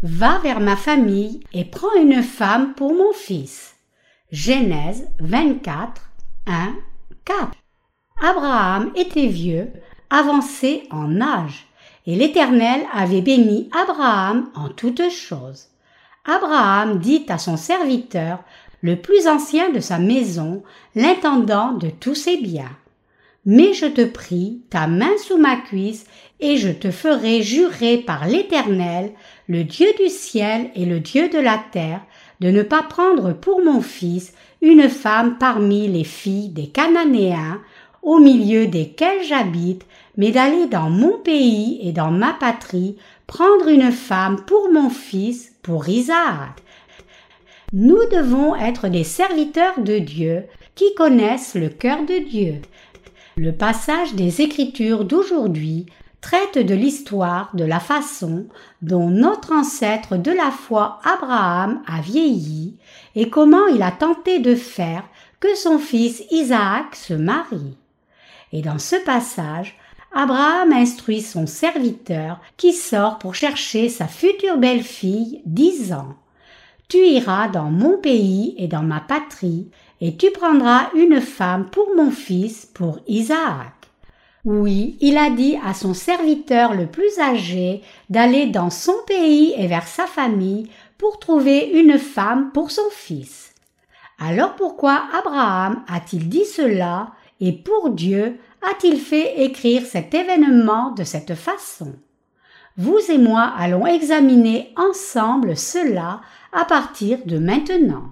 Va vers ma famille et prends une femme pour mon fils. Genèse 24, 1, 4. Abraham était vieux, avancé en âge, et l'Éternel avait béni Abraham en toutes choses. Abraham dit à son serviteur, le plus ancien de sa maison, l'intendant de tous ses biens: mais je te prie, ta main sous ma cuisse, et je te ferai jurer par l'Éternel, le Dieu du ciel et le Dieu de la terre, de ne pas prendre pour mon fils une femme parmi les filles des Cananéens, au milieu desquels j'habite, mais d'aller dans mon pays et dans ma patrie, prendre une femme pour mon fils, pour Isaac. Nous devons être des serviteurs de Dieu qui connaissent le cœur de Dieu. Le passage des Écritures d'aujourd'hui traite de l'histoire de la façon dont notre ancêtre de la foi Abraham a vieilli et comment il a tenté de faire que son fils Isaac se marie. Et dans ce passage, Abraham instruit son serviteur qui sort pour chercher sa future belle-fille, disant: tu iras dans mon pays et dans ma patrie, et tu prendras une femme pour mon fils, pour Isaac. Oui, il a dit à son serviteur le plus âgé d'aller dans son pays et vers sa famille pour trouver une femme pour son fils. Alors pourquoi Abraham a-t-il dit cela et pour Dieu a-t-il fait écrire cet événement de cette façon? Vous et moi allons examiner ensemble cela à partir de maintenant.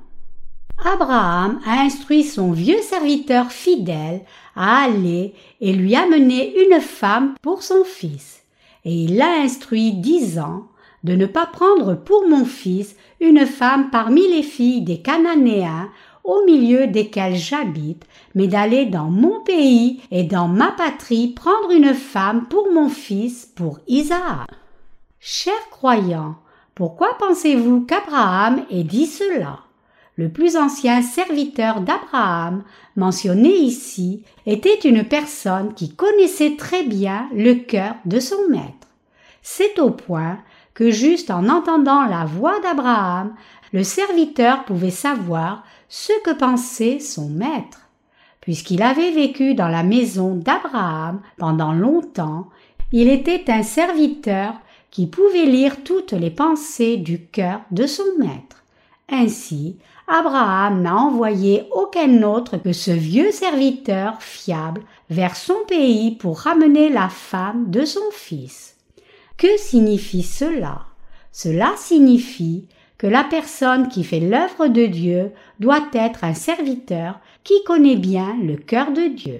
Abraham a instruit son vieux serviteur fidèle à aller et lui amener une femme pour son fils. Et il l'a instruit disant de ne pas prendre pour mon fils une femme parmi les filles des Cananéens au milieu desquels j'habite, mais d'aller dans mon pays et dans ma patrie prendre une femme pour mon fils, pour Isaac. Chers croyants, pourquoi pensez-vous qu'Abraham ait dit cela? Le plus ancien serviteur d'Abraham, mentionné ici, était une personne qui connaissait très bien le cœur de son maître. C'est au point que juste en entendant la voix d'Abraham, le serviteur pouvait savoir ce que pensait son maître. Puisqu'il avait vécu dans la maison d'Abraham pendant longtemps, il était un serviteur qui pouvait lire toutes les pensées du cœur de son maître. Ainsi, Abraham n'a envoyé aucun autre que ce vieux serviteur fiable vers son pays pour ramener la femme de son fils. Que signifie cela? Cela signifie que la personne qui fait l'œuvre de Dieu doit être un serviteur qui connaît bien le cœur de Dieu.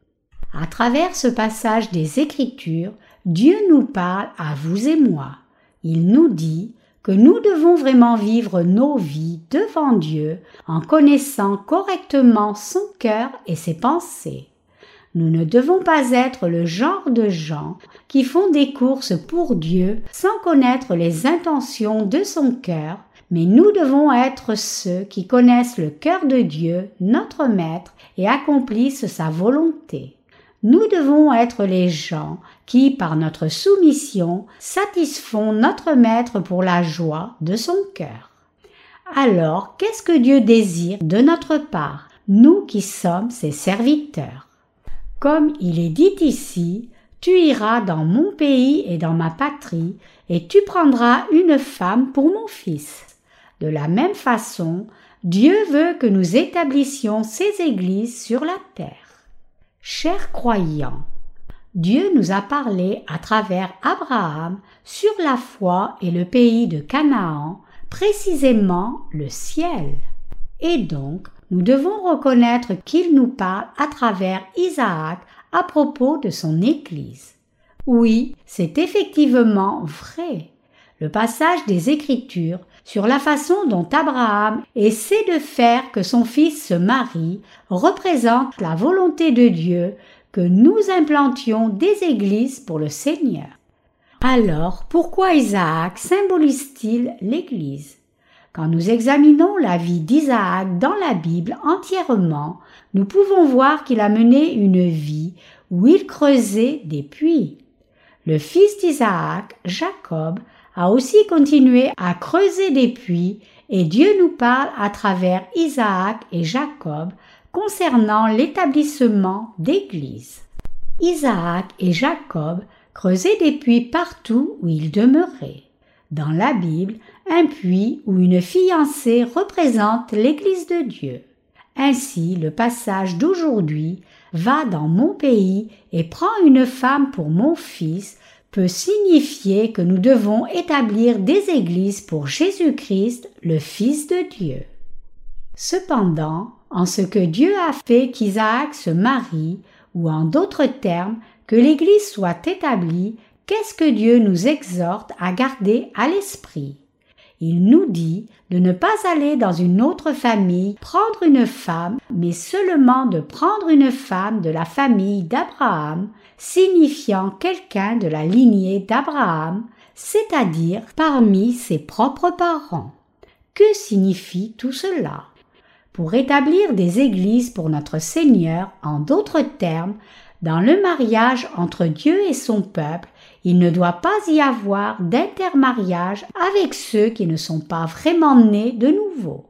À travers ce passage des Écritures, Dieu nous parle à vous et moi. Il nous dit que nous devons vraiment vivre nos vies devant Dieu en connaissant correctement son cœur et ses pensées. Nous ne devons pas être le genre de gens qui font des courses pour Dieu sans connaître les intentions de son cœur, mais nous devons être ceux qui connaissent le cœur de Dieu, notre Maître, et accomplissent sa volonté. Nous devons être les gens qui, par notre soumission, satisfont notre Maître pour la joie de son cœur. Alors, qu'est-ce que Dieu désire de notre part, nous qui sommes ses serviteurs? Comme il est dit ici, tu iras dans mon pays et dans ma patrie, et tu prendras une femme pour mon fils. De la même façon, Dieu veut que nous établissions ses églises sur la terre. Chers croyants, Dieu nous a parlé à travers Abraham sur la foi et le pays de Canaan, précisément le ciel. Et donc, nous devons reconnaître qu'il nous parle à travers Isaac à propos de son Église. Oui, c'est effectivement vrai. Le passage des Écritures sur la façon dont Abraham essaie de faire que son fils se marie représente la volonté de Dieu que nous implantions des églises pour le Seigneur. Alors, pourquoi Isaac symbolise-t-il l'Église? Quand nous examinons la vie d'Isaac dans la Bible entièrement, nous pouvons voir qu'il a mené une vie où il creusait des puits. Le fils d'Isaac, Jacob, a aussi continué à creuser des puits et Dieu nous parle à travers Isaac et Jacob concernant l'établissement d'églises. Isaac et Jacob creusaient des puits partout où ils demeuraient. Dans la Bible, un puits ou une fiancée représente l'Église de Dieu. Ainsi, le passage d'aujourd'hui « Va dans mon pays et prends une femme pour mon fils » peut signifier que nous devons établir des églises pour Jésus-Christ, le Fils de Dieu. Cependant, en ce que Dieu a fait qu'Isaac se marie, ou en d'autres termes, que l'Église soit établie, qu'est-ce que Dieu nous exhorte à garder à l'esprit? Il nous dit de ne pas aller dans une autre famille prendre une femme, mais seulement de prendre une femme de la famille d'Abraham, signifiant quelqu'un de la lignée d'Abraham, c'est-à-dire parmi ses propres parents. Que signifie tout cela? Pour établir des églises pour notre Seigneur, en d'autres termes, dans le mariage entre Dieu et son peuple, il ne doit pas y avoir d'intermariage avec ceux qui ne sont pas vraiment nés de nouveau.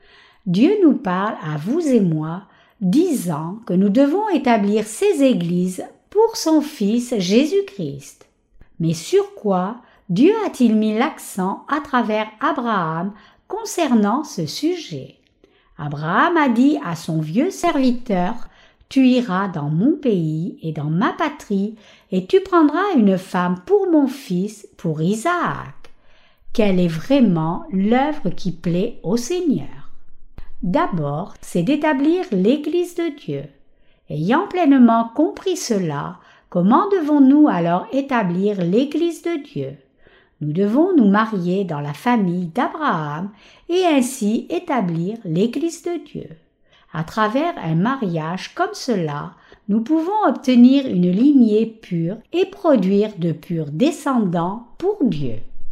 Dieu nous parle à vous et moi, disant que nous devons établir ces églises pour son Fils Jésus-Christ. Mais sur quoi Dieu a-t-il mis l'accent à travers Abraham concernant ce sujet? Abraham a dit à son vieux serviteur: « Tu iras dans mon pays et dans ma patrie, et tu prendras une femme pour mon fils, pour Isaac. » Quelle est vraiment l'œuvre qui plaît au Seigneur? D'abord, c'est d'établir l'Église de Dieu. Ayant pleinement compris cela, comment devons-nous alors établir l'Église de Dieu? Nous devons nous marier dans la famille d'Abraham et ainsi établir l'Église de Dieu. À travers un mariage comme cela, nous pouvons obtenir une lignée pure et produire de purs descendants pour Dieu.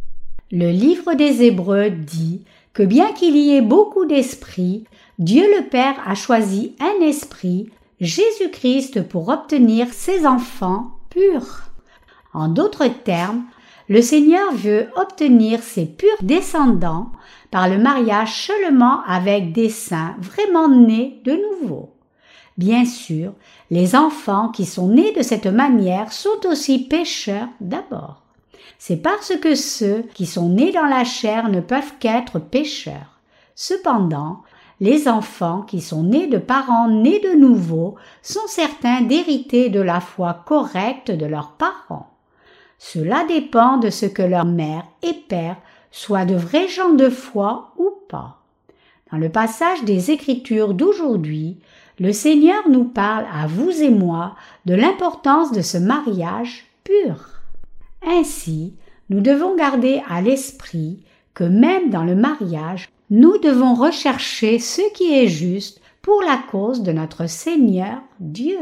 Le livre des Hébreux dit que bien qu'il y ait beaucoup d'esprits, Dieu le Père a choisi un esprit, Jésus-Christ, pour obtenir ses enfants purs. En d'autres termes, le Seigneur veut obtenir ses purs descendants par le mariage seulement avec des saints vraiment nés de nouveau. Bien sûr, les enfants qui sont nés de cette manière sont aussi pécheurs d'abord. C'est parce que ceux qui sont nés dans la chair ne peuvent qu'être pécheurs. Cependant, les enfants qui sont nés de parents nés de nouveau sont certains d'hériter de la foi correcte de leurs parents. Cela dépend de ce que leur mère et père soient de vrais gens de foi ou pas. Dans le passage des Écritures d'aujourd'hui, le Seigneur nous parle à vous et moi de l'importance de ce mariage pur. Ainsi, nous devons garder à l'esprit que même dans le mariage, nous devons rechercher ce qui est juste pour la cause de notre Seigneur Dieu.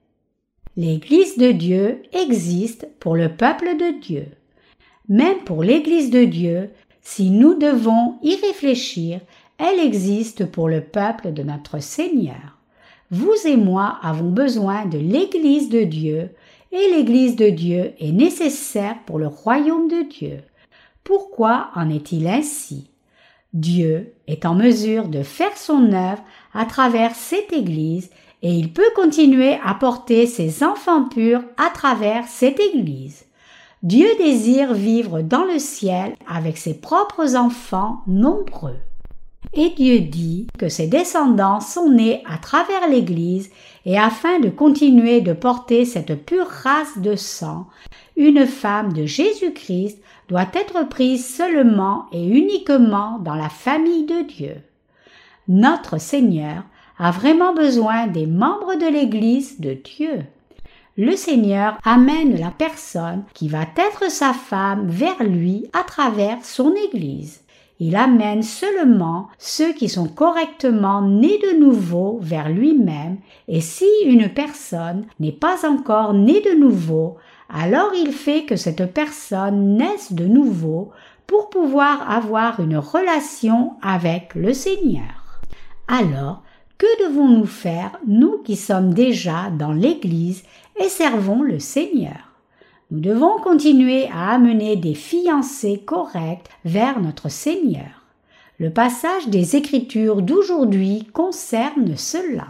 L'Église de Dieu existe pour le peuple de Dieu. Même pour l'Église de Dieu, si nous devons y réfléchir, elle existe pour le peuple de notre Seigneur. Vous et moi avons besoin de l'Église de Dieu, et l'Église de Dieu est nécessaire pour le royaume de Dieu. Pourquoi en est-il ainsi? Dieu est en mesure de faire son œuvre à travers cette Église et il peut continuer à porter ses enfants purs à travers cette Église. Dieu désire vivre dans le ciel avec ses propres enfants nombreux. Et Dieu dit que ses descendants sont nés à travers l'Église et afin de continuer de porter cette pure race de sang, une femme de Jésus-Christ doit être prise seulement et uniquement dans la famille de Dieu. Notre Seigneur a vraiment besoin des membres de l'Église de Dieu. Le Seigneur amène la personne qui va être sa femme vers lui à travers son Église. Il amène seulement ceux qui sont correctement nés de nouveau vers lui-même, et si une personne n'est pas encore née de nouveau, alors il fait que cette personne naisse de nouveau pour pouvoir avoir une relation avec le Seigneur. Alors, que devons-nous faire, nous qui sommes déjà dans l'Église et servons le Seigneur? Nous devons continuer à amener des fiancés corrects vers notre Seigneur. Le passage des Écritures d'aujourd'hui concerne cela.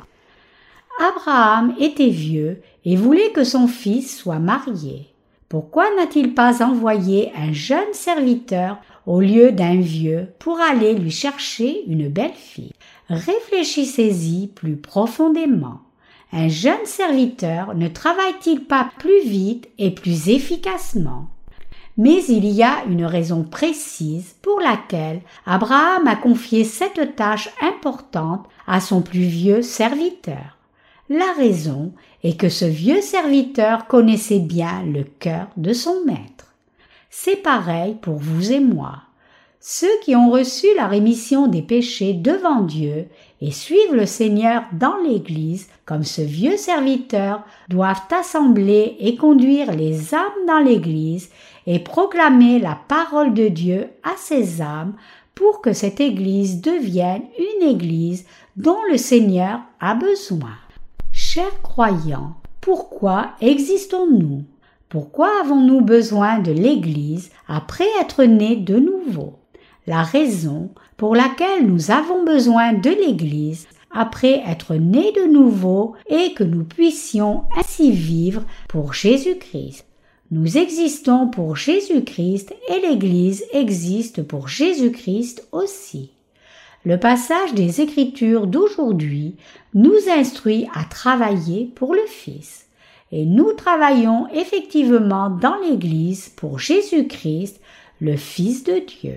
Abraham était vieux et voulait que son fils soit marié. Pourquoi n'a-t-il pas envoyé un jeune serviteur au lieu d'un vieux pour aller lui chercher une belle fille? Réfléchissez-y plus profondément. Un jeune serviteur ne travaille-t-il pas plus vite et plus efficacement? Mais il y a une raison précise pour laquelle Abraham a confié cette tâche importante à son plus vieux serviteur. La raison est que ce vieux serviteur connaissait bien le cœur de son maître. C'est pareil pour vous et moi. Ceux qui ont reçu la rémission des péchés devant Dieu et suivent le Seigneur dans l'Église, comme ce vieux serviteur, doivent assembler et conduire les âmes dans l'Église et proclamer la parole de Dieu à ces âmes pour que cette Église devienne une Église dont le Seigneur a besoin. Chers croyants, pourquoi existons-nous? Pourquoi avons-nous besoin de l'Église après être nés de nouveau? La raison pour laquelle nous avons besoin de l'Église après être nés de nouveau est que nous puissions ainsi vivre pour Jésus-Christ. Nous existons pour Jésus-Christ et l'Église existe pour Jésus-Christ aussi. Le passage des Écritures d'aujourd'hui nous instruit à travailler pour le Fils. Et nous travaillons effectivement dans l'Église pour Jésus-Christ, le Fils de Dieu.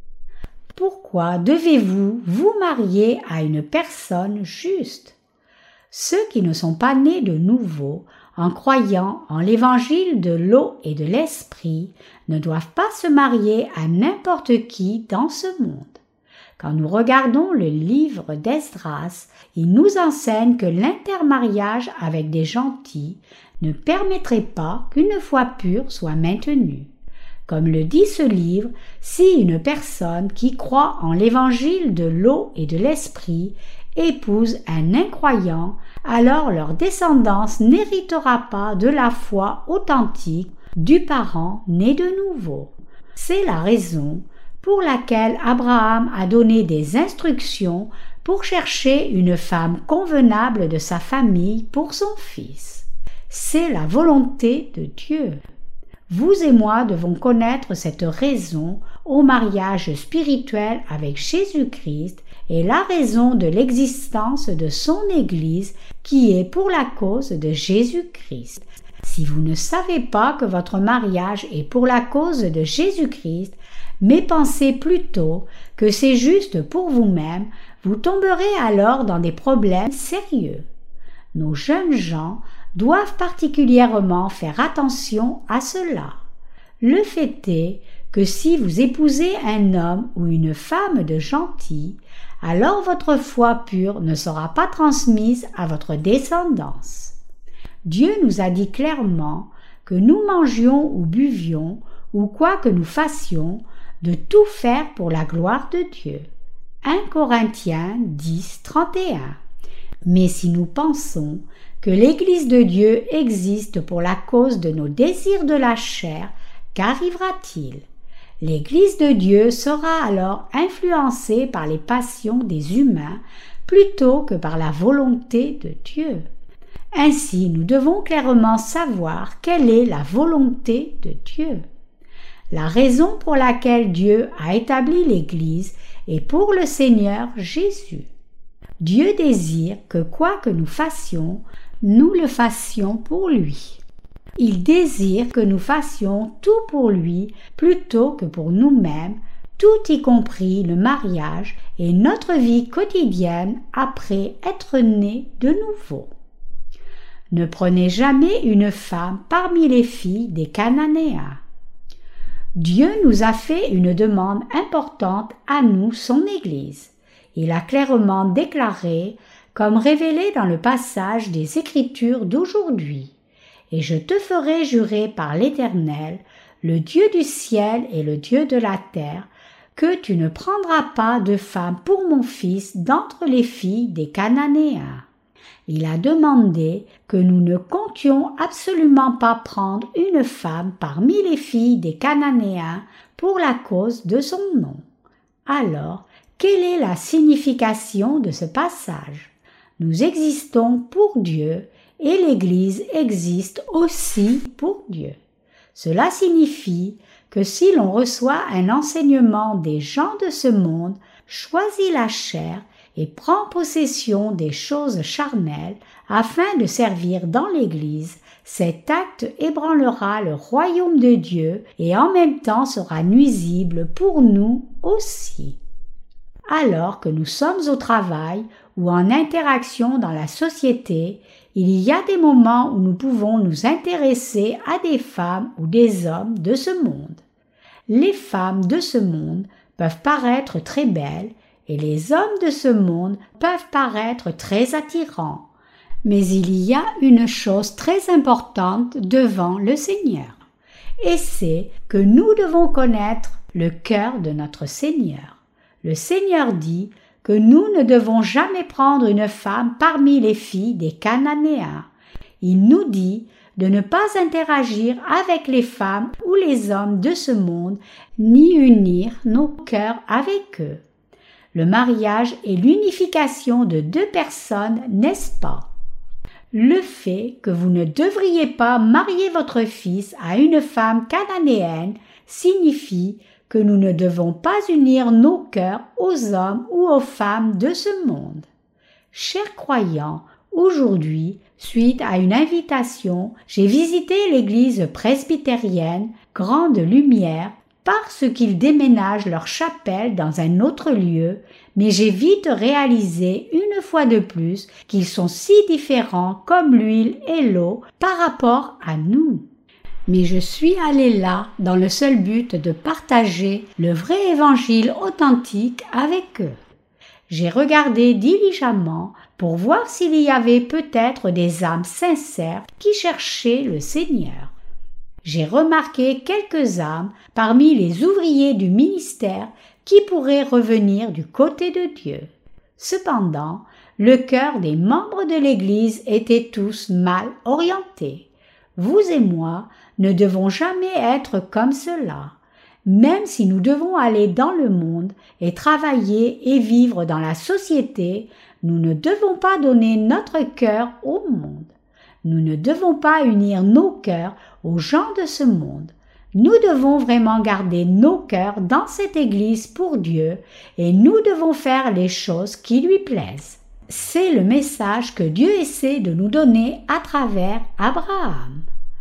Pourquoi devez-vous vous marier à une personne juste? Ceux qui ne sont pas nés de nouveau, en croyant en l'évangile de l'eau et de l'esprit, ne doivent pas se marier à n'importe qui dans ce monde. Quand nous regardons le livre d'Esdras, il nous enseigne que l'intermariage avec des gentils ne permettrait pas qu'une foi pure soit maintenue. Comme le dit ce livre, si une personne qui croit en l'évangile de l'eau et de l'esprit épouse un incroyant, alors leur descendance n'héritera pas de la foi authentique du parent né de nouveau. C'est la raison pour laquelle Abraham a donné des instructions pour chercher une femme convenable de sa famille pour son fils. C'est la volonté de Dieu. Vous et moi devons connaître cette raison au mariage spirituel avec Jésus-Christ et la raison de l'existence de son Église qui est pour la cause de Jésus-Christ. Si vous ne savez pas que votre mariage est pour la cause de Jésus-Christ, mais pensez plutôt que c'est juste pour vous-même, vous tomberez alors dans des problèmes sérieux. Nos jeunes gens doivent particulièrement faire attention à cela. Le fait est que si vous épousez un homme ou une femme de gentil, alors votre foi pure ne sera pas transmise à votre descendance. Dieu nous a dit clairement que nous mangions ou buvions, ou quoi que nous fassions, de tout faire pour la gloire de Dieu. 1 Corinthiens 10, 31. Mais si nous pensons que l'Église de Dieu existe pour la cause de nos désirs de la chair, qu'arrivera-t-il? L'Église de Dieu sera alors influencée par les passions des humains plutôt que par la volonté de Dieu. Ainsi, nous devons clairement savoir quelle est la volonté de Dieu. La raison pour laquelle Dieu a établi l'Église est pour le Seigneur Jésus. Dieu désire que quoi que nous fassions, nous le fassions pour lui. Il désire que nous fassions tout pour lui plutôt que pour nous-mêmes, tout y compris le mariage et notre vie quotidienne après être nés de nouveau. Ne prenez jamais une femme parmi les filles des Cananéens. Dieu nous a fait une demande importante à nous, son Église. Il a clairement déclaré, comme révélé dans le passage des Écritures d'aujourd'hui, « Et je te ferai jurer par l'Éternel, le Dieu du ciel et le Dieu de la terre, que tu ne prendras pas de femme pour mon fils d'entre les filles des Cananéens. » Il a demandé que nous ne comptions absolument pas prendre une femme parmi les filles des Cananéens pour la cause de son nom. Alors, quelle est la signification de ce passage? Nous existons pour Dieu et l'Église existe aussi pour Dieu. Cela signifie que si l'on reçoit un enseignement des gens de ce monde, choisit la chair et prend possession des choses charnelles afin de servir dans l'Église, cet acte ébranlera le royaume de Dieu et en même temps sera nuisible pour nous aussi. Alors que nous sommes au travail ou en interaction dans la société, il y a des moments où nous pouvons nous intéresser à des femmes ou des hommes de ce monde. Les femmes de ce monde peuvent paraître très belles et les hommes de ce monde peuvent paraître très attirants. Mais il y a une chose très importante devant le Seigneur, et c'est que nous devons connaître le cœur de notre Seigneur. Le Seigneur dit que nous ne devons jamais prendre une femme parmi les filles des Cananéens. Il nous dit de ne pas interagir avec les femmes ou les hommes de ce monde, ni unir nos cœurs avec eux. Le mariage est l'unification de deux personnes, n'est-ce pas? Le fait que vous ne devriez pas marier votre fils à une femme cananéenne signifie que nous ne devons pas unir nos cœurs aux hommes ou aux femmes de ce monde. Chers croyants, aujourd'hui, suite à une invitation, j'ai visité l'église presbytérienne Grande Lumière parce qu'ils déménagent leur chapelle dans un autre lieu, mais j'ai vite réalisé une fois de plus qu'ils sont si différents comme l'huile et l'eau par rapport à nous. Mais je suis allée là dans le seul but de partager le vrai évangile authentique avec eux. J'ai regardé diligemment pour voir s'il y avait peut-être des âmes sincères qui cherchaient le Seigneur. J'ai remarqué quelques âmes parmi les ouvriers du ministère qui pourraient revenir du côté de Dieu. Cependant, le cœur des membres de l'Église était tous mal orientés. Vous et moi ne devons jamais être comme cela. Même si nous devons aller dans le monde et travailler et vivre dans la société, nous ne devons pas donner notre cœur au monde. Nous ne devons pas unir nos cœurs aux gens de ce monde. Nous devons vraiment garder nos cœurs dans cette Église pour Dieu et nous devons faire les choses qui lui plaisent. C'est le message que Dieu essaie de nous donner à travers Abraham.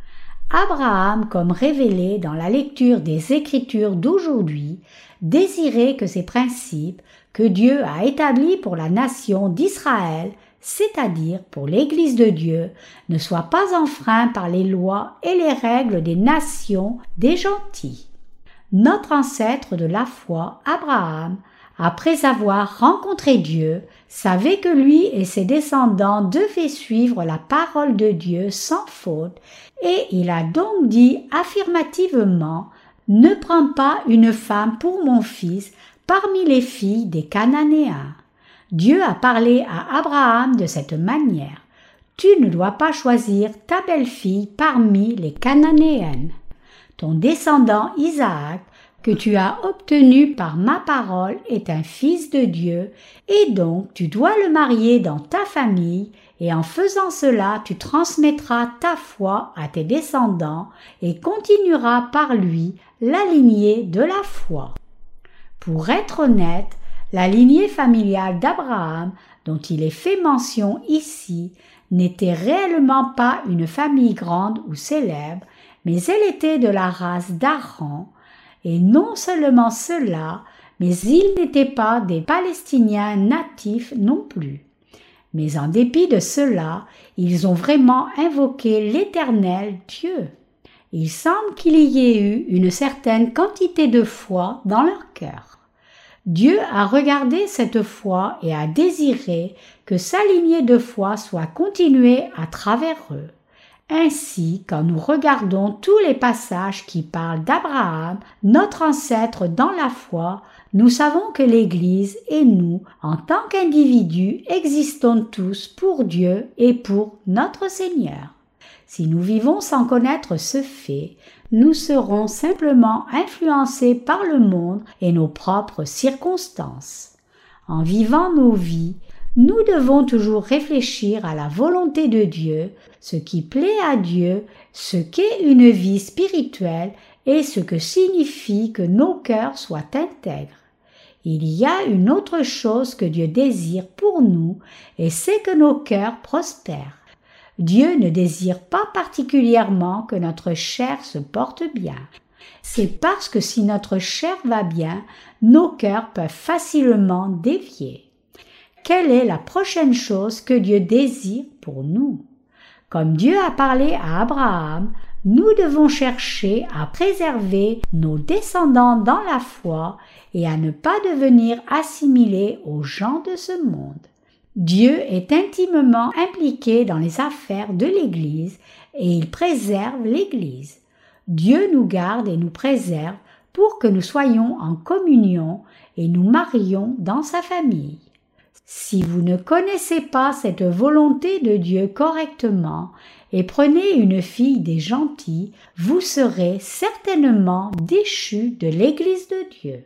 Abraham, comme révélé dans la lecture des Écritures d'aujourd'hui, désirait que ces principes que Dieu a établis pour la nation d'Israël, c'est-à-dire pour l'Église de Dieu, ne soient pas enfreints par les lois et les règles des nations des gentils. Notre ancêtre de la foi, Abraham, après avoir rencontré Dieu, savait que lui et ses descendants devaient suivre la parole de Dieu sans faute, et il a donc dit affirmativement « Ne prends pas une femme pour mon fils parmi les filles des Cananéens. » Dieu a parlé à Abraham de cette manière. « Tu ne dois pas choisir ta belle-fille parmi les Cananéennes. Ton descendant Isaac, que tu as obtenu par ma parole, est un fils de Dieu, et donc tu dois le marier dans ta famille, et en faisant cela tu transmettras ta foi à tes descendants et continueras par lui la lignée de la foi. » Pour être honnête, la lignée familiale d'Abraham, dont il est fait mention ici, n'était réellement pas une famille grande ou célèbre, mais elle était de la race d'Aaron, et non seulement cela, mais ils n'étaient pas des Palestiniens natifs non plus. Mais en dépit de cela, ils ont vraiment invoqué l'Éternel Dieu. Il semble qu'il y ait eu une certaine quantité de foi dans leur cœur. Dieu a regardé cette foi et a désiré que sa lignée de foi soit continuée à travers eux. Ainsi, quand nous regardons tous les passages qui parlent d'Abraham, notre ancêtre dans la foi, nous savons que l'Église et nous, en tant qu'individus, existons tous pour Dieu et pour notre Seigneur. Si nous vivons sans connaître ce fait, nous serons simplement influencés par le monde et nos propres circonstances. En vivant nos vies, nous devons toujours réfléchir à la volonté de Dieu, ce qui plaît à Dieu, ce qu'est une vie spirituelle et ce que signifie que nos cœurs soient intègres. Il y a une autre chose que Dieu désire pour nous, et c'est que nos cœurs prospèrent. Dieu ne désire pas particulièrement que notre chair se porte bien. C'est parce que si notre chair va bien, nos cœurs peuvent facilement dévier. Quelle est la prochaine chose que Dieu désire pour nous? Comme Dieu a parlé à Abraham, nous devons chercher à préserver nos descendants dans la foi et à ne pas devenir assimilés aux gens de ce monde. Dieu est intimement impliqué dans les affaires de l'Église et il préserve l'Église. Dieu nous garde et nous préserve pour que nous soyons en communion et nous marions dans sa famille. Si vous ne connaissez pas cette volonté de Dieu correctement et prenez une fille des gentils, vous serez certainement déchus de l'Église de Dieu.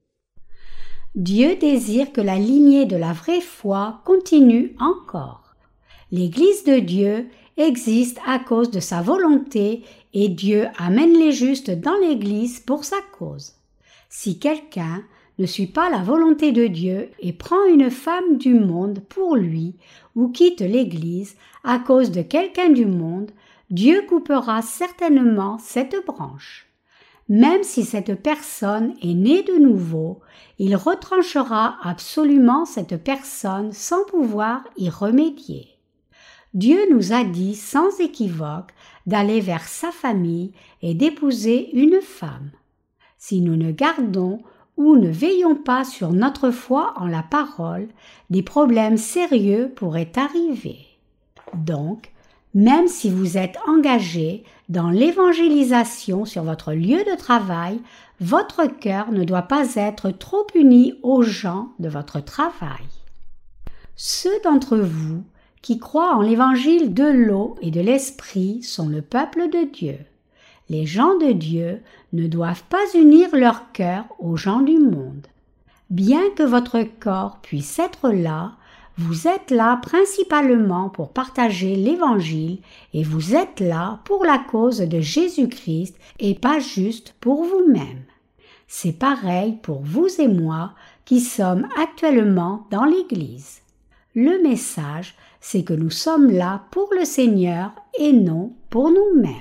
Dieu désire que la lignée de la vraie foi continue encore. L'Église de Dieu existe à cause de sa volonté et Dieu amène les justes dans l'Église pour sa cause. Si quelqu'un ne suit pas la volonté de Dieu et prend une femme du monde pour lui ou quitte l'Église à cause de quelqu'un du monde, Dieu coupera certainement cette branche. Même si cette personne est née de nouveau, il retranchera absolument cette personne sans pouvoir y remédier. Dieu nous a dit sans équivoque d'aller vers sa famille et d'épouser une femme. Si nous ne gardons ou ne veillons pas sur notre foi en la parole, des problèmes sérieux pourraient arriver. Donc, même si vous êtes engagé dans l'évangélisation sur votre lieu de travail, votre cœur ne doit pas être trop uni aux gens de votre travail. Ceux d'entre vous qui croient en l'évangile de l'eau et de l'esprit sont le peuple de Dieu. Les gens de Dieu ne doivent pas unir leur cœur aux gens du monde. Bien que votre corps puisse être là, vous êtes là principalement pour partager l'Évangile et vous êtes là pour la cause de Jésus-Christ et pas juste pour vous-même. C'est pareil pour vous et moi qui sommes actuellement dans l'Église. Le message, c'est que nous sommes là pour le Seigneur et non pour nous-mêmes.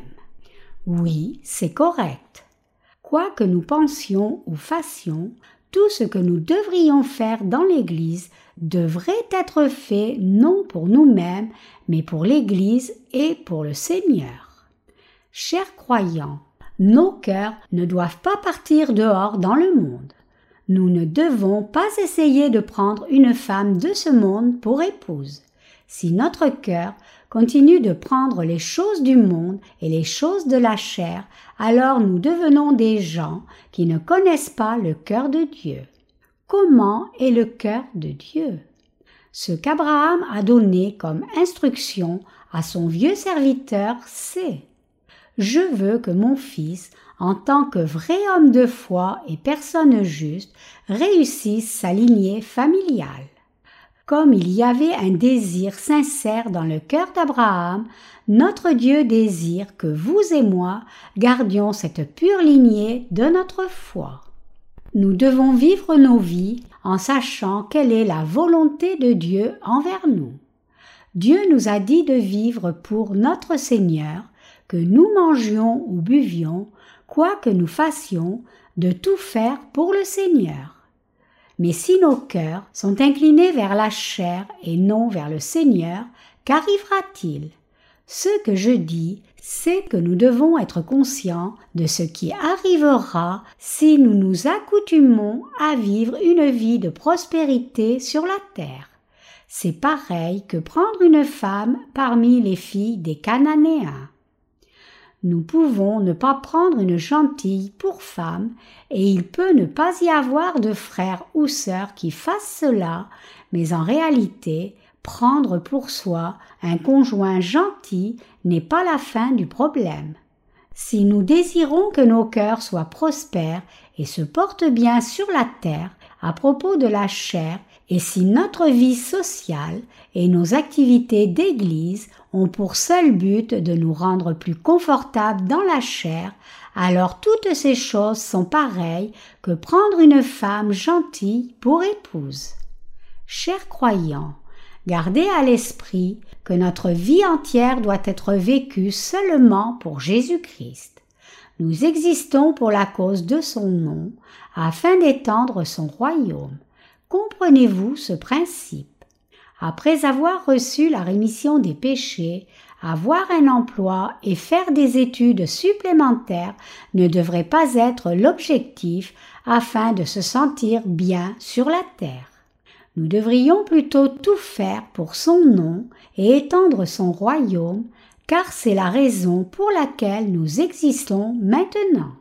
Oui, c'est correct. Quoi que nous pensions ou fassions, tout ce que nous devrions faire dans l'Église devrait être fait non pour nous-mêmes, mais pour l'Église et pour le Seigneur. Chers croyants, nos cœurs ne doivent pas partir dehors dans le monde. Nous ne devons pas essayer de prendre une femme de ce monde pour épouse. Si notre cœur continue de prendre les choses du monde et les choses de la chair, alors nous devenons des gens qui ne connaissent pas le cœur de Dieu. Comment est le cœur de Dieu? Ce qu'Abraham a donné comme instruction à son vieux serviteur, c'est « Je veux que mon fils, en tant que vrai homme de foi et personne juste, réussisse sa lignée familiale. » Comme il y avait un désir sincère dans le cœur d'Abraham, notre Dieu désire que vous et moi gardions cette pure lignée de notre foi. Nous devons vivre nos vies en sachant quelle est la volonté de Dieu envers nous. Dieu nous a dit de vivre pour notre Seigneur, que nous mangions ou buvions, quoi que nous fassions, de tout faire pour le Seigneur. Mais si nos cœurs sont inclinés vers la chair et non vers le Seigneur, qu'arrivera-t-il? Ce que je dis, c'est que nous devons être conscients de ce qui arrivera si nous nous accoutumons à vivre une vie de prospérité sur la terre. C'est pareil que prendre une femme parmi les filles des Cananéens. Nous pouvons ne pas prendre une gentille pour femme, et il peut ne pas y avoir de frère ou sœur qui fasse cela, mais en réalité, prendre pour soi un conjoint gentil n'est pas la fin du problème. Si nous désirons que nos cœurs soient prospères et se portent bien sur la terre à propos de la chair, et si notre vie sociale et nos activités d'église ont pour seul but de nous rendre plus confortables dans la chair, alors toutes ces choses sont pareilles que prendre une femme gentille pour épouse. Chers croyants, gardez à l'esprit que notre vie entière doit être vécue seulement pour Jésus-Christ. Nous existons pour la cause de son nom, afin d'étendre son royaume. Comprenez-vous ce principe? Après avoir reçu la rémission des péchés, avoir un emploi et faire des études supplémentaires ne devrait pas être l'objectif afin de se sentir bien sur la terre. Nous devrions plutôt tout faire pour son nom et étendre son royaume, car c'est la raison pour laquelle nous existons maintenant.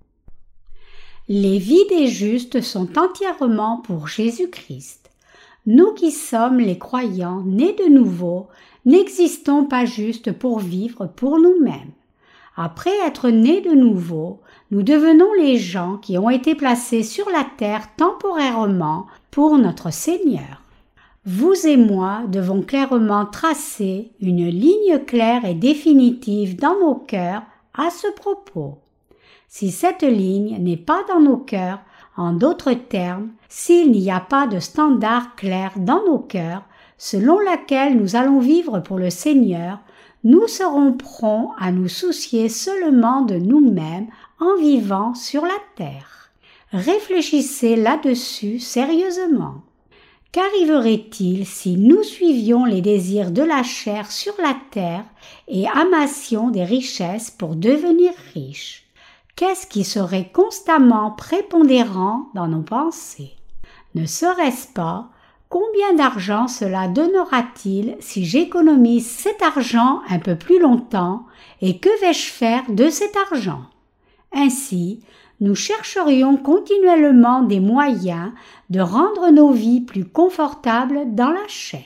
Les vies des justes sont entièrement pour Jésus-Christ. Nous qui sommes les croyants nés de nouveau, n'existons pas juste pour vivre pour nous-mêmes. Après être nés de nouveau, nous devenons les gens qui ont été placés sur la terre temporairement pour notre Seigneur. Vous et moi devons clairement tracer une ligne claire et définitive dans nos cœurs à ce propos. Si cette ligne n'est pas dans nos cœurs, en d'autres termes, s'il n'y a pas de standard clair dans nos cœurs, selon laquelle nous allons vivre pour le Seigneur, nous serons prompts à nous soucier seulement de nous-mêmes en vivant sur la terre. Réfléchissez là-dessus sérieusement. Qu'arriverait-il si nous suivions les désirs de la chair sur la terre et amassions des richesses pour devenir riches? Qu'est-ce qui serait constamment prépondérant dans nos pensées? Ne serait-ce pas combien d'argent cela donnera-t-il si j'économise cet argent un peu plus longtemps et que vais-je faire de cet argent? Ainsi, nous chercherions continuellement des moyens de rendre nos vies plus confortables dans la chair.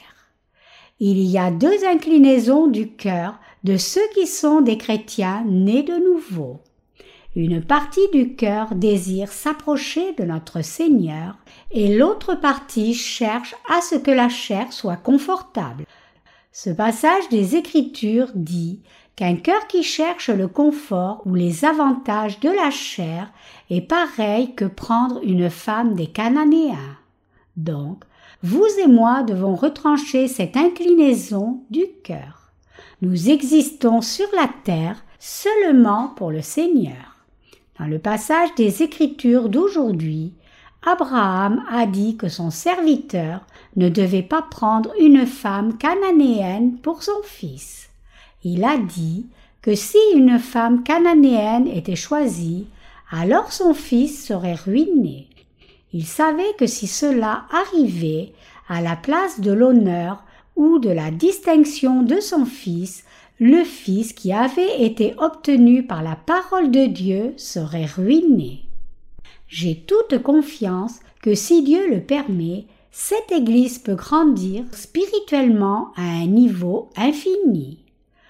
Il y a deux inclinaisons du cœur de ceux qui sont des chrétiens nés de nouveau. Une partie du cœur désire s'approcher de notre Seigneur et l'autre partie cherche à ce que la chair soit confortable. Ce passage des Écritures dit qu'un cœur qui cherche le confort ou les avantages de la chair est pareil que prendre une femme des Cananéens. Donc, vous et moi devons retrancher cette inclinaison du cœur. Nous existons sur la terre seulement pour le Seigneur. Dans le passage des Écritures d'aujourd'hui, Abraham a dit que son serviteur ne devait pas prendre une femme cananéenne pour son fils. Il a dit que si une femme cananéenne était choisie, alors son fils serait ruiné. Il savait que si cela arrivait, à la place de l'honneur ou de la distinction de son fils, le fils qui avait été obtenu par la parole de Dieu serait ruiné. J'ai toute confiance que si Dieu le permet, cette Église peut grandir spirituellement à un niveau infini.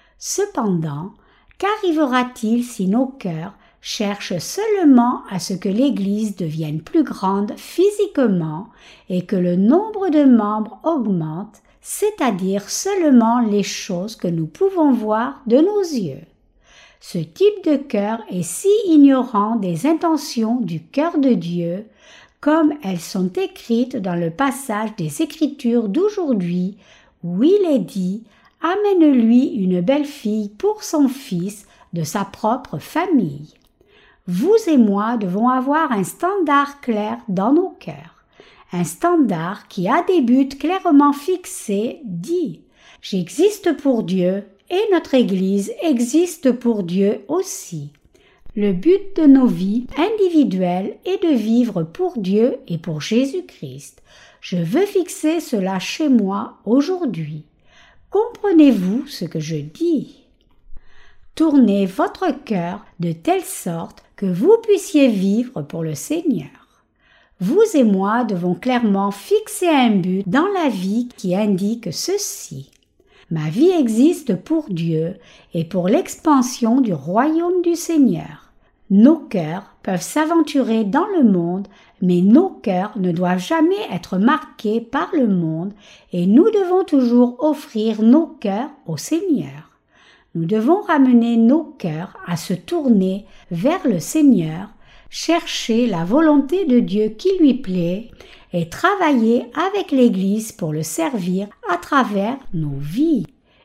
Cependant, qu'arrivera-t-il si nos cœurs cherchent seulement à ce que l'Église devienne plus grande physiquement et que le nombre de membres augmente, c'est-à-dire seulement les choses que nous pouvons voir de nos yeux? Ce type de cœur est si ignorant des intentions du cœur de Dieu, comme elles sont écrites dans le passage des Écritures d'aujourd'hui, où il est dit « Amène-lui une belle fille pour son fils de sa propre famille ». Vous et moi devons avoir un standard clair dans nos cœurs. Un standard qui a des buts clairement fixés dit « J'existe pour Dieu et notre Église existe pour Dieu aussi ». Le but de nos vies individuelles est de vivre pour Dieu et pour Jésus-Christ. Je veux fixer cela chez moi aujourd'hui. Comprenez-vous ce que je dis? Tournez votre cœur de telle sorte que vous puissiez vivre pour le Seigneur. Vous et moi devons clairement fixer un but dans la vie qui indique ceci. Ma vie existe pour Dieu et pour l'expansion du royaume du Seigneur. Nos cœurs peuvent s'aventurer dans le monde, mais nos cœurs ne doivent jamais être marqués par le monde et nous devons toujours offrir nos cœurs au Seigneur. Nous devons ramener nos cœurs à se tourner vers le Seigneur, chercher la volonté de Dieu qui lui plaît et travailler avec l'Église pour le servir à travers nos vies.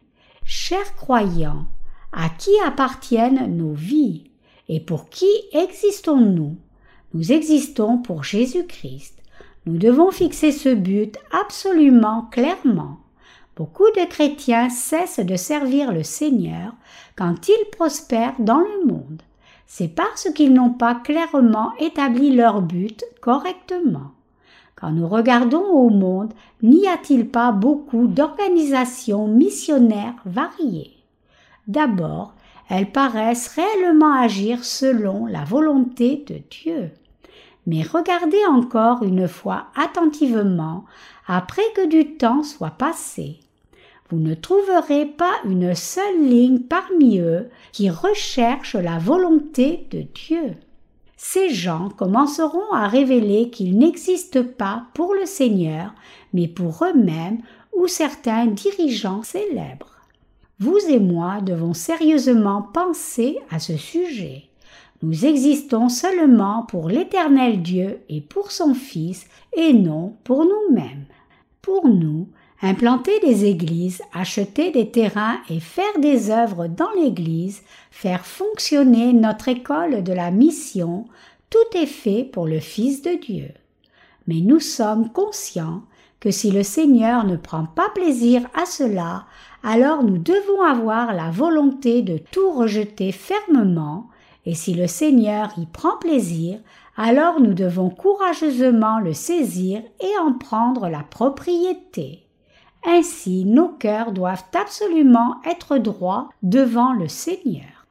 Chers croyants, à qui appartiennent nos vies et pour qui existons-nous? Nous existons pour Jésus-Christ. Nous devons fixer ce but absolument clairement. Beaucoup de chrétiens cessent de servir le Seigneur quand ils prospèrent dans le monde. C'est parce qu'ils n'ont pas clairement établi leur but correctement. Quand nous regardons au monde, n'y a-t-il pas beaucoup d'organisations missionnaires variées? D'abord, elles paraissent réellement agir selon la volonté de Dieu. Mais regardez encore une fois attentivement après que du temps soit passé. Vous ne trouverez pas une seule ligne parmi eux qui recherche la volonté de Dieu. Ces gens commenceront à révéler qu'ils n'existent pas pour le Seigneur, mais pour eux-mêmes ou certains dirigeants célèbres. Vous et moi devons sérieusement penser à ce sujet. Nous existons seulement pour l'Éternel Dieu et pour son Fils, et non pour nous-mêmes. Pour nous, implanter des églises, acheter des terrains et faire des œuvres dans l'église, faire fonctionner notre école de la mission, tout est fait pour le Fils de Dieu. Mais nous sommes conscients que si le Seigneur ne prend pas plaisir à cela, alors nous devons avoir la volonté de tout rejeter fermement, et si le Seigneur y prend plaisir, alors nous devons courageusement le saisir et en prendre la propriété. Ainsi, nos cœurs doivent absolument être droits devant le Seigneur.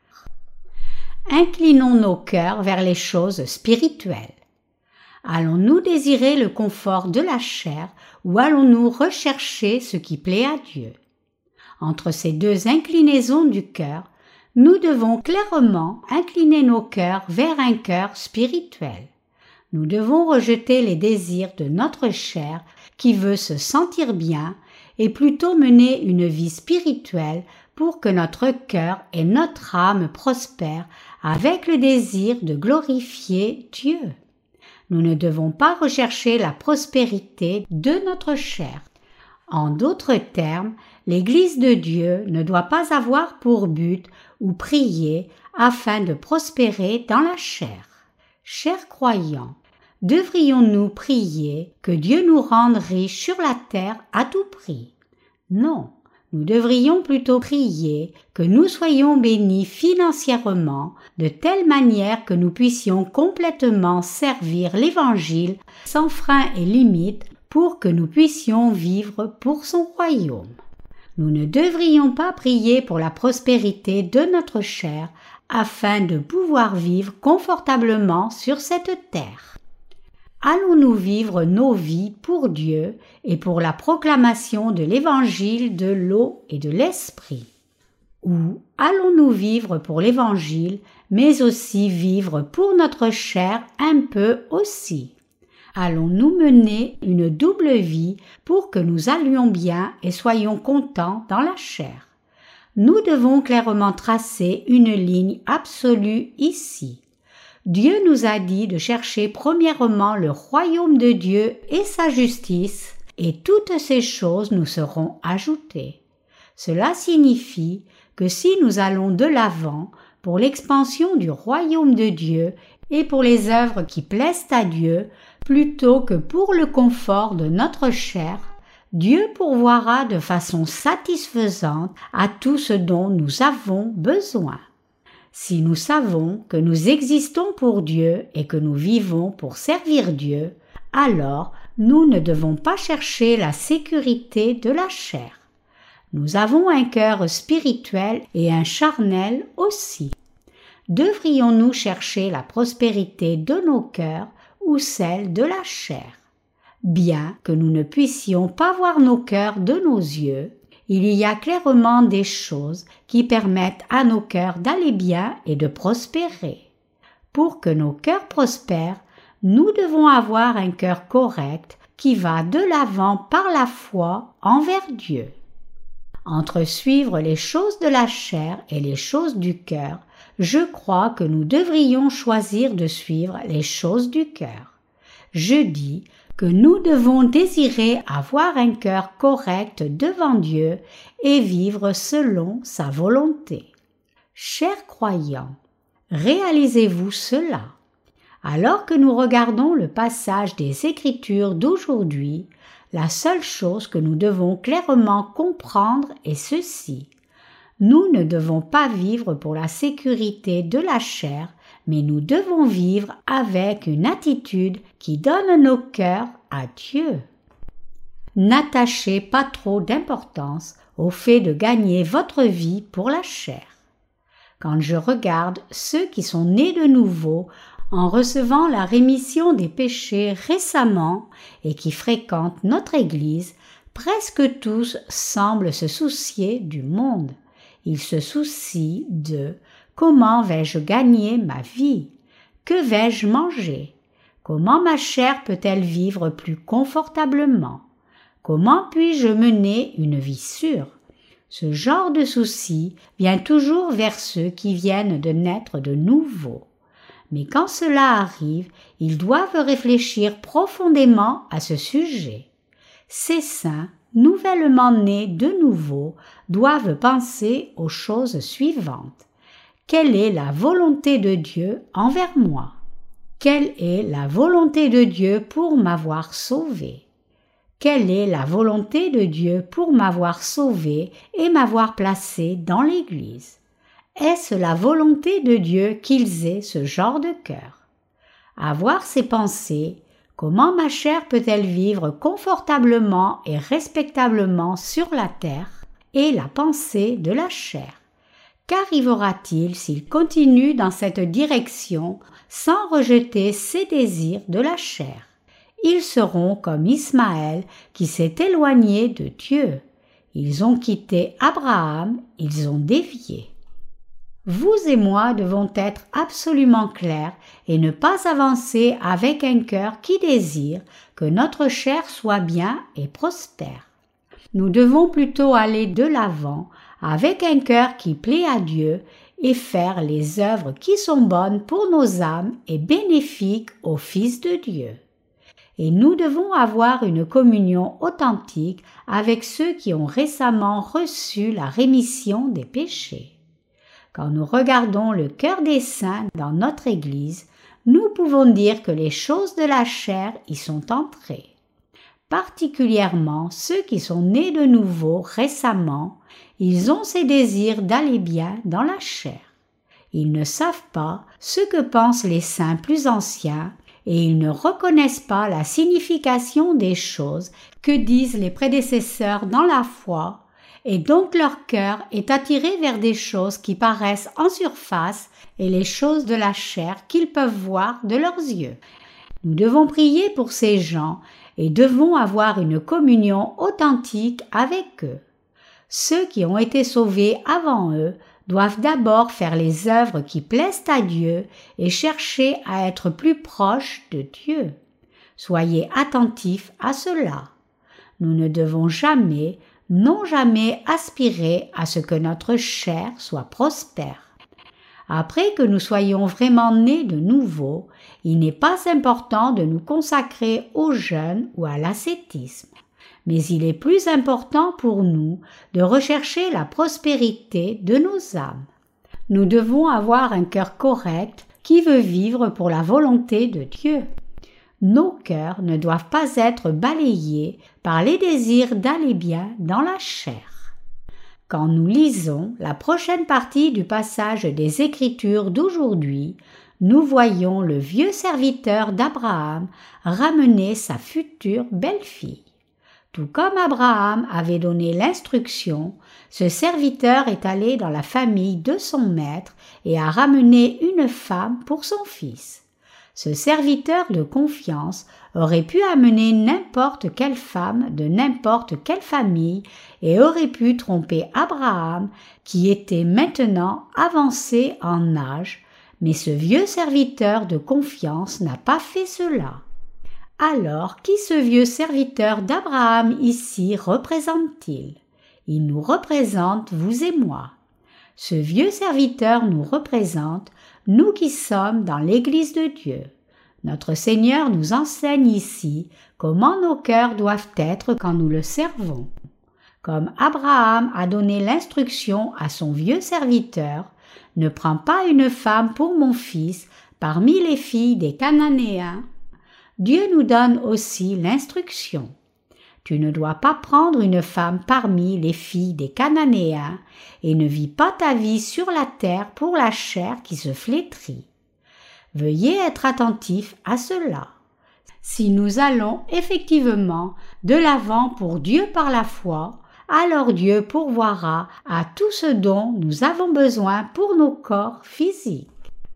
Inclinons nos cœurs vers les choses spirituelles. Allons-nous désirer le confort de la chair ou allons-nous rechercher ce qui plaît à Dieu? Entre ces deux inclinaisons du cœur, nous devons clairement incliner nos cœurs vers un cœur spirituel. Nous devons rejeter les désirs de notre chair qui veut se sentir bien et plutôt mener une vie spirituelle pour que notre cœur et notre âme prospèrent avec le désir de glorifier Dieu. Nous ne devons pas rechercher la prospérité de notre chair. En d'autres termes, l'Église de Dieu ne doit pas avoir pour but ou prier afin de prospérer dans la chair. Chers croyants, devrions-nous prier que Dieu nous rende riches sur la terre à tout prix? Non, nous devrions plutôt prier que nous soyons bénis financièrement de telle manière que nous puissions complètement servir l'Évangile sans frein et limite pour que nous puissions vivre pour son royaume. Nous ne devrions pas prier pour la prospérité de notre chair afin de pouvoir vivre confortablement sur cette terre. Allons-nous vivre nos vies pour Dieu et pour la proclamation de l'Évangile de l'eau et de l'Esprit? Ou allons-nous vivre pour l'Évangile, mais aussi vivre pour notre chair un peu aussi? Allons-nous mener une double vie pour que nous allions bien et soyons contents dans la chair? Nous devons clairement tracer une ligne absolue ici. Dieu nous a dit de chercher premièrement le royaume de Dieu et sa justice, et toutes ces choses nous seront ajoutées. Cela signifie que si nous allons de l'avant pour l'expansion du royaume de Dieu et pour les œuvres qui plaisent à Dieu, plutôt que pour le confort de notre chair, Dieu pourvoira de façon satisfaisante à tout ce dont nous avons besoin. Si nous savons que nous existons pour Dieu et que nous vivons pour servir Dieu, alors nous ne devons pas chercher la sécurité de la chair. Nous avons un cœur spirituel et un charnel aussi. Devrions-nous chercher la prospérité de nos cœurs ou celle de la chair? Bien que nous ne puissions pas voir nos cœurs de nos yeux, il y a clairement des choses qui permettent à nos cœurs d'aller bien et de prospérer. Pour que nos cœurs prospèrent, nous devons avoir un cœur correct qui va de l'avant par la foi envers Dieu. Entre suivre les choses de la chair et les choses du cœur, je crois que nous devrions choisir de suivre les choses du cœur. Je dis que nous devons désirer avoir un cœur correct devant Dieu et vivre selon sa volonté. Chers croyants, réalisez-vous cela. Alors que nous regardons le passage des Écritures d'aujourd'hui, la seule chose que nous devons clairement comprendre est ceci. Nous ne devons pas vivre pour la sécurité de la chair, mais nous devons vivre avec une attitude qui donne nos cœurs à Dieu. N'attachez pas trop d'importance au fait de gagner votre vie pour la chair. Quand je regarde ceux qui sont nés de nouveau en recevant la rémission des péchés récemment et qui fréquentent notre Église, presque tous semblent se soucier du monde. Ils se soucient de « Comment vais-je gagner ma vie? Que vais-je manger? Comment ma chair peut-elle vivre plus confortablement? Comment puis-je mener une vie sûre ?» Ce genre de souci vient toujours vers ceux qui viennent de naître de nouveau. Mais quand cela arrive, ils doivent réfléchir profondément à ce sujet. Ces saints, nouvellement nés de nouveau, doivent penser aux choses suivantes. Quelle est la volonté de Dieu envers moi? Quelle est la volonté de Dieu pour m'avoir sauvé? Quelle est la volonté de Dieu pour m'avoir sauvé et m'avoir placé dans l'Église? Est-ce la volonté de Dieu qu'ils aient ce genre de cœur? Avoir ces pensées, comment ma chair peut-elle vivre confortablement et respectablement sur la terre, est la pensée de la chair. Qu'arrivera-t-il s'il continue dans cette direction sans rejeter ses désirs de la chair? Ils seront comme Ismaël qui s'est éloigné de Dieu. Ils ont quitté Abraham, ils ont dévié. Vous et moi devons être absolument clairs et ne pas avancer avec un cœur qui désire que notre chair soit bien et prospère. Nous devons plutôt aller de l'avant avec un cœur qui plaît à Dieu et faire les œuvres qui sont bonnes pour nos âmes et bénéfiques au Fils de Dieu. Et nous devons avoir une communion authentique avec ceux qui ont récemment reçu la rémission des péchés. Quand nous regardons le cœur des saints dans notre Église, nous pouvons dire que les choses de la chair y sont entrées. Particulièrement ceux qui sont nés de nouveau récemment, ils ont ces désirs d'aller bien dans la chair. Ils ne savent pas ce que pensent les saints plus anciens et ils ne reconnaissent pas la signification des choses que disent les prédécesseurs dans la foi, et donc leur cœur est attiré vers des choses qui paraissent en surface et les choses de la chair qu'ils peuvent voir de leurs yeux. Nous devons prier pour ces gens et devons avoir une communion authentique avec eux. Ceux qui ont été sauvés avant eux doivent d'abord faire les œuvres qui plaisent à Dieu et chercher à être plus proches de Dieu. Soyez attentifs à cela. Nous ne devons jamais, non jamais aspirer à ce que notre chair soit prospère. Après que nous soyons vraiment nés de nouveau, il n'est pas important de nous consacrer au jeûne ou à l'ascétisme. Mais il est plus important pour nous de rechercher la prospérité de nos âmes. Nous devons avoir un cœur correct qui veut vivre pour la volonté de Dieu. Nos cœurs ne doivent pas être balayés par les désirs d'aller bien dans la chair. Quand nous lisons la prochaine partie du passage des Écritures d'aujourd'hui, nous voyons le vieux serviteur d'Abraham ramener sa future belle-fille. Tout comme Abraham avait donné l'instruction, ce serviteur est allé dans la famille de son maître et a ramené une femme pour son fils. Ce serviteur de confiance aurait pu amener n'importe quelle femme de n'importe quelle famille et aurait pu tromper Abraham qui était maintenant avancé en âge, mais ce vieux serviteur de confiance n'a pas fait cela. Alors, qui ce vieux serviteur d'Abraham ici représente-t-il? Il nous représente vous et moi. Ce vieux serviteur nous représente, nous qui sommes dans l'Église de Dieu. Notre Seigneur nous enseigne ici comment nos cœurs doivent être quand nous le servons. Comme Abraham a donné l'instruction à son vieux serviteur, « Ne prends pas une femme pour mon fils parmi les filles des Cananéens », Dieu nous donne aussi l'instruction. Tu ne dois pas prendre une femme parmi les filles des Cananéens et ne vis pas ta vie sur la terre pour la chair qui se flétrit. Veuillez être attentifs à cela. Si nous allons effectivement de l'avant pour Dieu par la foi, alors Dieu pourvoira à tout ce dont nous avons besoin pour nos corps physiques.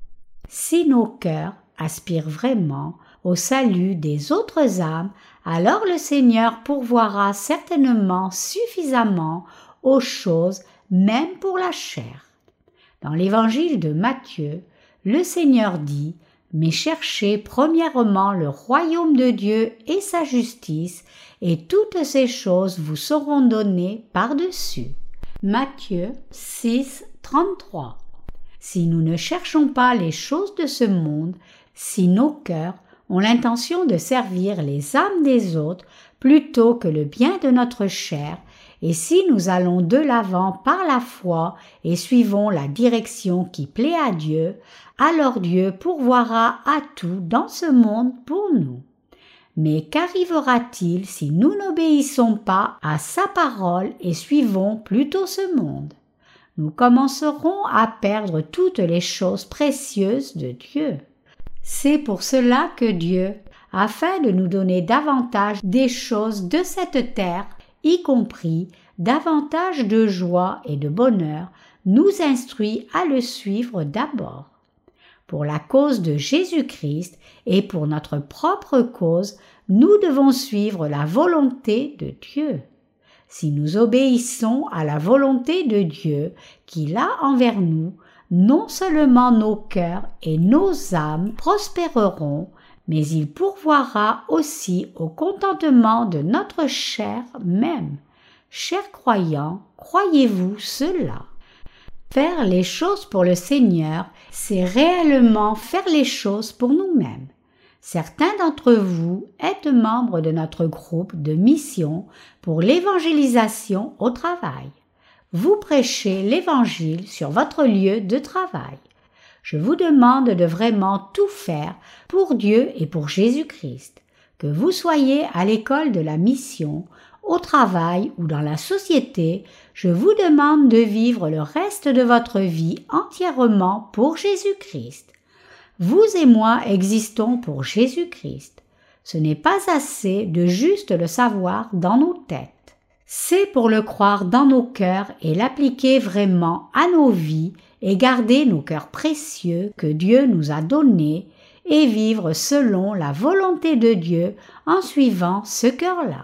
Si nos cœurs aspirent vraiment au salut des autres âmes, alors le Seigneur pourvoira certainement suffisamment aux choses, même pour la chair. Dans l'évangile de Matthieu, le Seigneur dit « Mais cherchez premièrement le royaume de Dieu et sa justice, et toutes ces choses vous seront données par-dessus. » Matthieu 6, 33. Si nous ne cherchons pas les choses de ce monde, si nos cœurs ont l'intention de servir les âmes des autres plutôt que le bien de notre chair, et si nous allons de l'avant par la foi et suivons la direction qui plaît à Dieu, alors Dieu pourvoira à tout dans ce monde pour nous. Mais qu'arrivera-t-il si nous n'obéissons pas à sa parole et suivons plutôt ce monde? Nous commencerons à perdre toutes les choses précieuses de Dieu. C'est pour cela que Dieu, afin de nous donner davantage des choses de cette terre, y compris davantage de joie et de bonheur, nous instruit à le suivre d'abord. Pour la cause de Jésus-Christ et pour notre propre cause, nous devons suivre la volonté de Dieu. Si nous obéissons à la volonté de Dieu qu'il a envers nous, non seulement nos cœurs et nos âmes prospéreront, mais il pourvoira aussi au contentement de notre chair même. Chers croyants, croyez-vous cela? Faire les choses pour le Seigneur, c'est réellement faire les choses pour nous-mêmes. Certains d'entre vous êtes membres de notre groupe de mission pour l'évangélisation au travail. Vous prêchez l'Évangile sur votre lieu de travail. Je vous demande de vraiment tout faire pour Dieu et pour Jésus-Christ. Que vous soyez à l'école de la mission, au travail ou dans la société, je vous demande de vivre le reste de votre vie entièrement pour Jésus-Christ. Vous et moi existons pour Jésus-Christ. Ce n'est pas assez de juste le savoir dans nos têtes. C'est pour le croire dans nos cœurs et l'appliquer vraiment à nos vies et garder nos cœurs précieux que Dieu nous a donnés et vivre selon la volonté de Dieu en suivant ce cœur-là.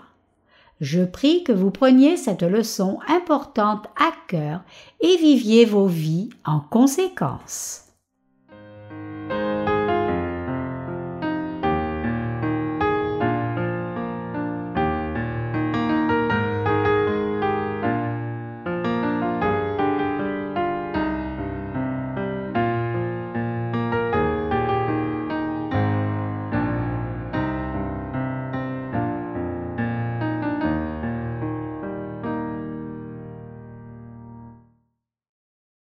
Je prie que vous preniez cette leçon importante à cœur et viviez vos vies en conséquence.